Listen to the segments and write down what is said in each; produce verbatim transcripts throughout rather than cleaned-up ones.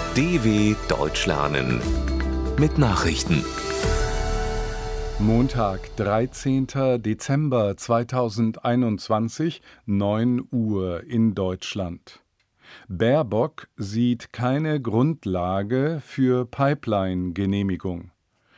D W Deutsch lernen mit Nachrichten. Montag, dreizehnter Dezember zweitausendeinundzwanzig, neun Uhr in Deutschland. Baerbock sieht keine Grundlage für Pipeline-Genehmigung.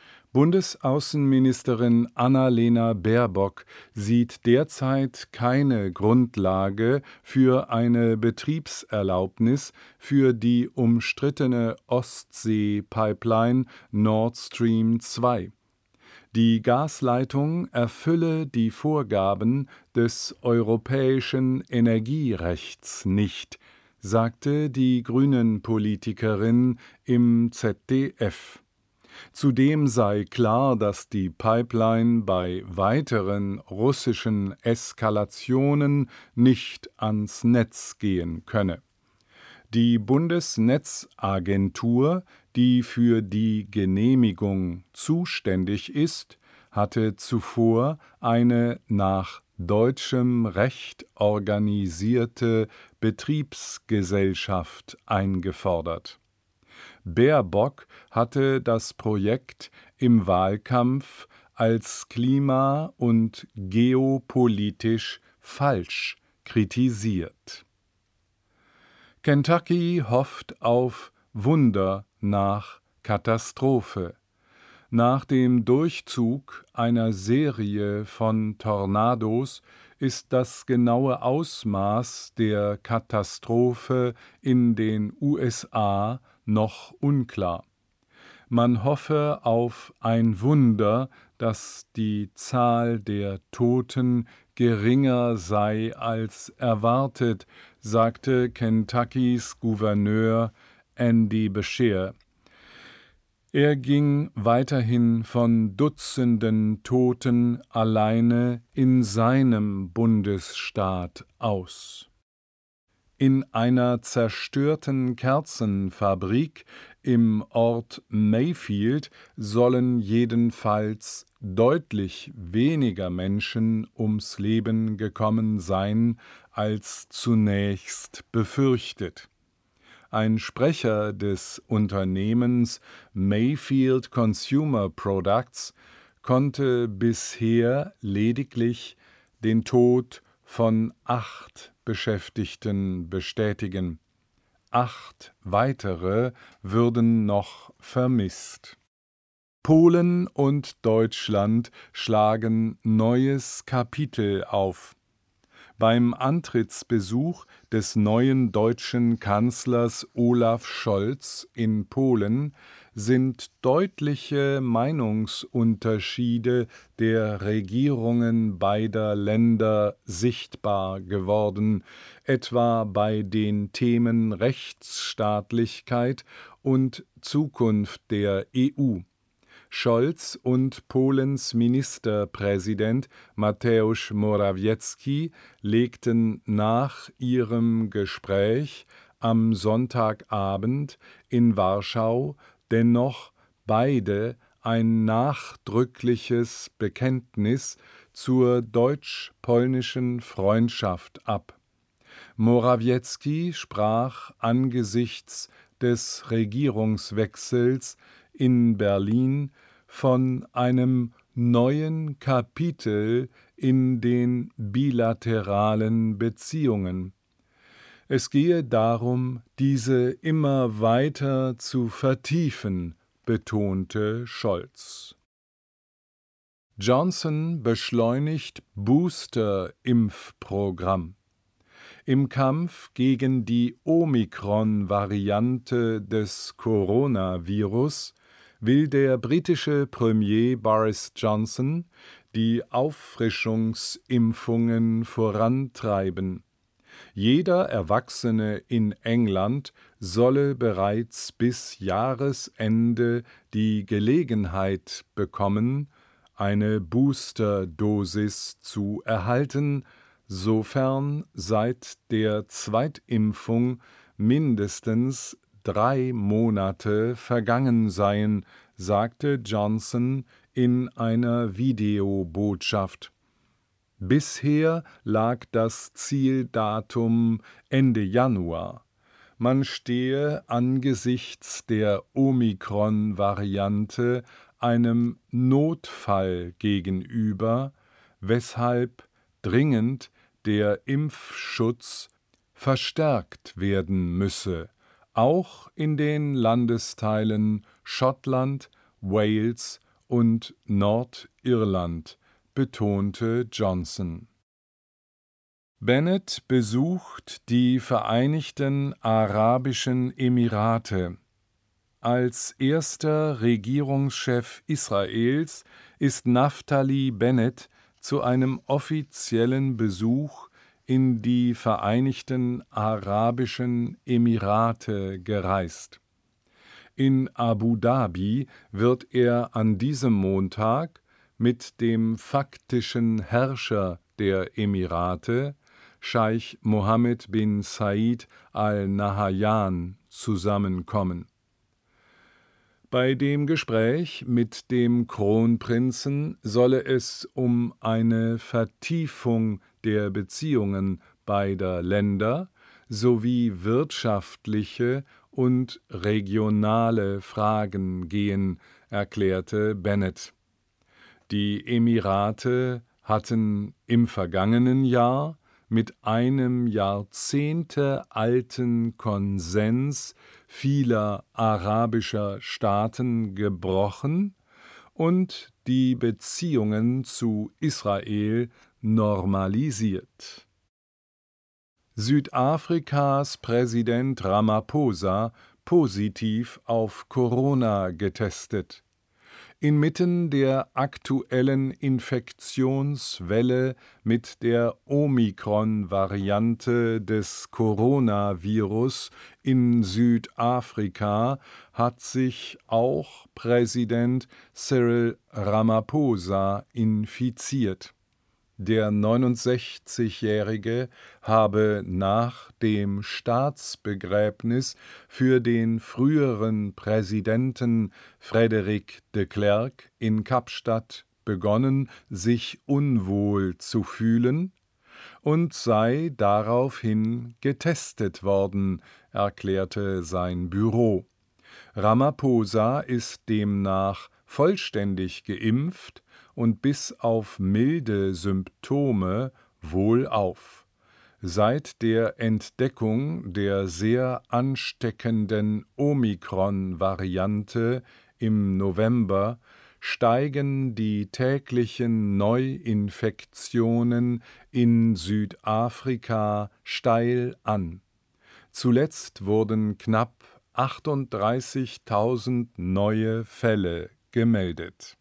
Bundesaußenministerin Annalena Baerbock sieht derzeit keine Grundlage für eine Betriebserlaubnis für die umstrittene Ostsee-Pipeline Nord Stream zwei. Die Gasleitung erfülle die Vorgaben des europäischen Energierechts nicht, sagte die Grünen-Politikerin im Z D F. Zudem sei klar, dass die Pipeline bei weiteren russischen Eskalationen nicht ans Netz gehen könne. Die Bundesnetzagentur, die für die Genehmigung zuständig ist, hatte zuvor eine nach deutschem Recht organisierte Betriebsgesellschaft eingefordert. Baerbock hatte das Projekt im Wahlkampf als klima- und geopolitisch falsch kritisiert. Kentucky hofft auf Wunder nach Katastrophe. Nach dem Durchzug einer Serie von Tornados ist das genaue Ausmaß der Katastrophe in den U S A noch unklar. Man hoffe auf ein Wunder, dass die Zahl der Toten geringer sei als erwartet, sagte Kentuckys Gouverneur Andy Beshear. Er ging weiterhin von Dutzenden Toten alleine in seinem Bundesstaat aus. In einer zerstörten Kerzenfabrik im Ort Mayfield sollen jedenfalls deutlich weniger Menschen ums Leben gekommen sein, als zunächst befürchtet. Ein Sprecher des Unternehmens Mayfield Consumer Products konnte bisher lediglich den Tod von acht Beschäftigten bestätigen. Acht weitere würden noch vermisst. Polen und Deutschland schlagen neues Kapitel auf. Beim Antrittsbesuch des neuen deutschen Kanzlers Olaf Scholz in Polen sind deutliche Meinungsunterschiede der Regierungen beider Länder sichtbar geworden, etwa bei den Themen Rechtsstaatlichkeit und Zukunft der E U. Scholz und Polens Ministerpräsident Mateusz Morawiecki legten nach ihrem Gespräch am Sonntagabend in Warschau dennoch beide ein nachdrückliches Bekenntnis zur deutsch-polnischen Freundschaft ab. Morawiecki sprach angesichts des Regierungswechsels in Berlin von einem neuen Kapitel in den bilateralen Beziehungen. Es gehe darum, diese immer weiter zu vertiefen, betonte Scholz. Johnson beschleunigt Booster-Impfprogramm. Im Kampf gegen die Omikron-Variante des Coronavirus will der britische Premier Boris Johnson die Auffrischungsimpfungen vorantreiben. Jeder Erwachsene in England solle bereits bis Jahresende die Gelegenheit bekommen, eine Boosterdosis zu erhalten, sofern seit der Zweitimpfung mindestens drei Monate vergangen seien, sagte Johnson in einer Videobotschaft. Bisher lag das Zieldatum Ende Januar. man stehe angesichts der Omikron-Variante einem Notfall gegenüber, weshalb dringend der Impfschutz verstärkt werden müsse, auch in den Landesteilen Schottland, Wales und Nordirland, betonte Johnson. Bennett besucht die Vereinigten Arabischen Emirate. Als erster Regierungschef Israels ist Naftali Bennett zu einem offiziellen Besuch in die Vereinigten Arabischen Emirate gereist. In Abu Dhabi wird er an diesem Montag mit dem faktischen Herrscher der Emirate, Scheich Mohammed bin Said Al Nahyan, zusammenkommen. Bei dem Gespräch mit dem Kronprinzen solle es um eine Vertiefung der Beziehungen beider Länder sowie wirtschaftliche und regionale Fragen gehen, erklärte Bennett. Die Emirate hatten im vergangenen Jahr mit einem jahrzehntealten Konsens vieler arabischer Staaten gebrochen und die Beziehungen zu Israel normalisiert. Südafrikas Präsident Ramaphosa positiv auf Corona getestet. Inmitten der aktuellen Infektionswelle mit der Omikron-Variante des Coronavirus in Südafrika hat sich auch Präsident Cyril Ramaphosa infiziert. Der neunundsechzigjährige habe nach dem Staatsbegräbnis für den früheren Präsidenten Frédéric de Klerk in Kapstadt begonnen, sich unwohl zu fühlen und sei daraufhin getestet worden, erklärte sein Büro. Ramaphosa ist demnach vollständig geimpft und bis auf milde Symptome wohlauf. Seit der Entdeckung der sehr ansteckenden Omikron-Variante im November steigen die täglichen Neuinfektionen in Südafrika steil an. Zuletzt wurden knapp achtunddreißigtausend neue Fälle gemeldet.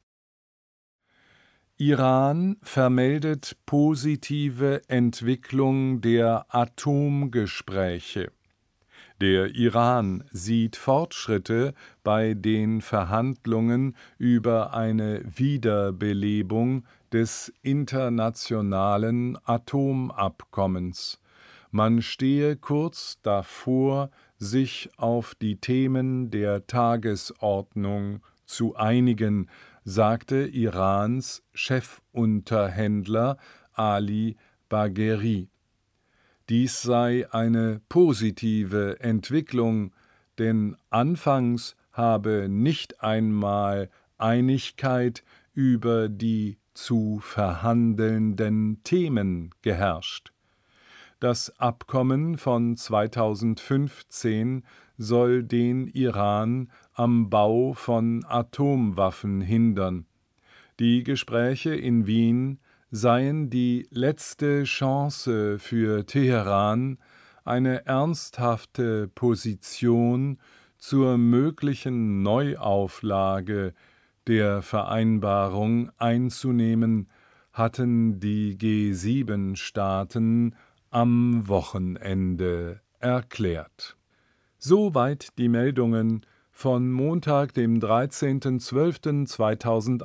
Iran vermeldet positive Entwicklung der Atomgespräche. Der Iran sieht Fortschritte bei den Verhandlungen über eine Wiederbelebung des internationalen Atomabkommens. Man stehe kurz davor, sich auf die Themen der Tagesordnung zu einigen, sagte Irans Chefunterhändler Ali Bagheri. Dies sei eine positive Entwicklung, denn anfangs habe nicht einmal Einigkeit über die zu verhandelnden Themen geherrscht. Das Abkommen von zweitausendfünfzehn soll den Iran am Bau von Atomwaffen hindern. Die Gespräche in Wien seien die letzte Chance für Teheran, eine ernsthafte Position zur möglichen Neuauflage der Vereinbarung einzunehmen, hatten die G sieben Staaten am Wochenende erklärt. Soweit die Meldungen von Montag, dem dreizehnten zwölften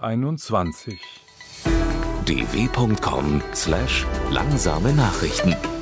zweitausendeinundzwanzig. d w punkt com slash langsame Nachrichten